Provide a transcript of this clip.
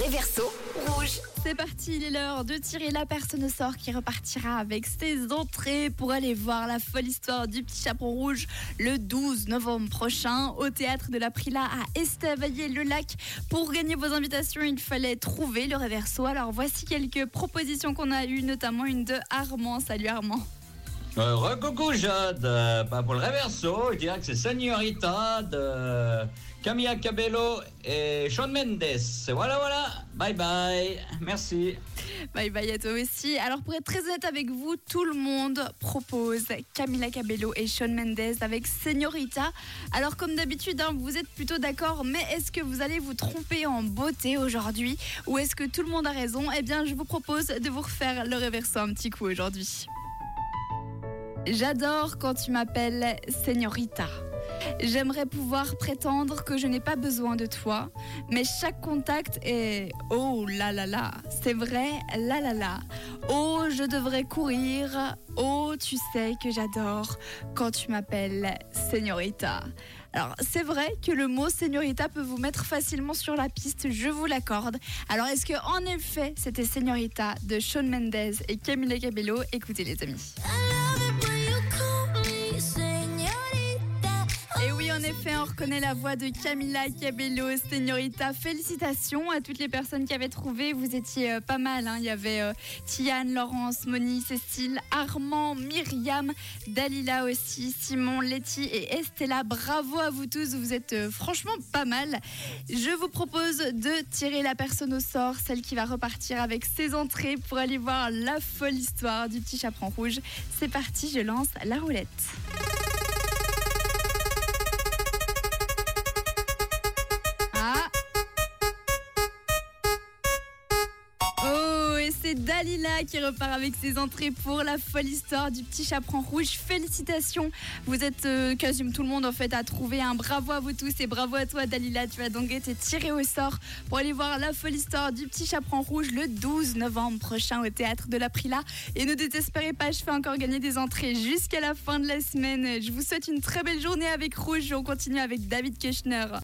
Réverso rouge. C'est parti, il est l'heure de tirer la personne au sort qui repartira avec ses entrées pour aller voir la folle histoire du Petit Chaperon Rouge le 12 novembre prochain au théâtre de l'Aprila à Estavayer-le-Lac. Pour gagner vos invitations, il fallait trouver le Réverso. Alors voici quelques propositions qu'on a eues, notamment une de Armand. Salut Armand. Recoucou Jade, pour le Réverso, je dirais que c'est Señorita de Camila Cabello et Shawn Mendes. Voilà, bye bye, merci. Bye bye à toi aussi. Alors pour être très honnête avec vous, tout le monde propose Camila Cabello et Shawn Mendes avec Señorita. Alors comme d'habitude, vous êtes plutôt d'accord, mais est-ce que vous allez vous tromper en beauté aujourd'hui ou est-ce que tout le monde a raison? Eh bien je vous propose de vous refaire le Réverso un petit coup aujourd'hui. J'adore quand tu m'appelles Señorita. J'aimerais pouvoir prétendre que je n'ai pas besoin de toi, mais chaque contact est oh là là là, c'est vrai, là là là. Oh, je devrais courir. Oh, tu sais que j'adore quand tu m'appelles Señorita. Alors, c'est vrai que le mot Señorita peut vous mettre facilement sur la piste, je vous l'accorde. Alors, est-ce que en effet, c'était Señorita de Shawn Mendes et Camila Cabello? Écoutez les amis. Et oui, en effet, on reconnaît la voix de Camila Cabello, Señorita. Félicitations à toutes les personnes qui avaient trouvé. Vous étiez pas mal. Il y avait Tiane, Laurence, Moni, Cécile, Armand, Myriam, Dalila aussi, Simon, Letty et Estella. Bravo à vous tous. Vous êtes franchement pas mal. Je vous propose de tirer la personne au sort, celle qui va repartir avec ses entrées pour aller voir la folle histoire du Petit Chaperon Rouge. C'est parti, je lance la roulette. C'est Dalila qui repart avec ses entrées pour la folle histoire du Petit Chaperon Rouge. Félicitations, vous êtes quasiment tout le monde en fait à trouver un bravo à vous tous et bravo à toi Dalila. Tu as donc été tirée au sort pour aller voir la folle histoire du Petit Chaperon Rouge le 12 novembre prochain au théâtre de l'Aprila. Et ne désespérez pas, je fais encore gagner des entrées jusqu'à la fin de la semaine. Je vous souhaite une très belle journée avec Rouge. On continue avec David Kushner.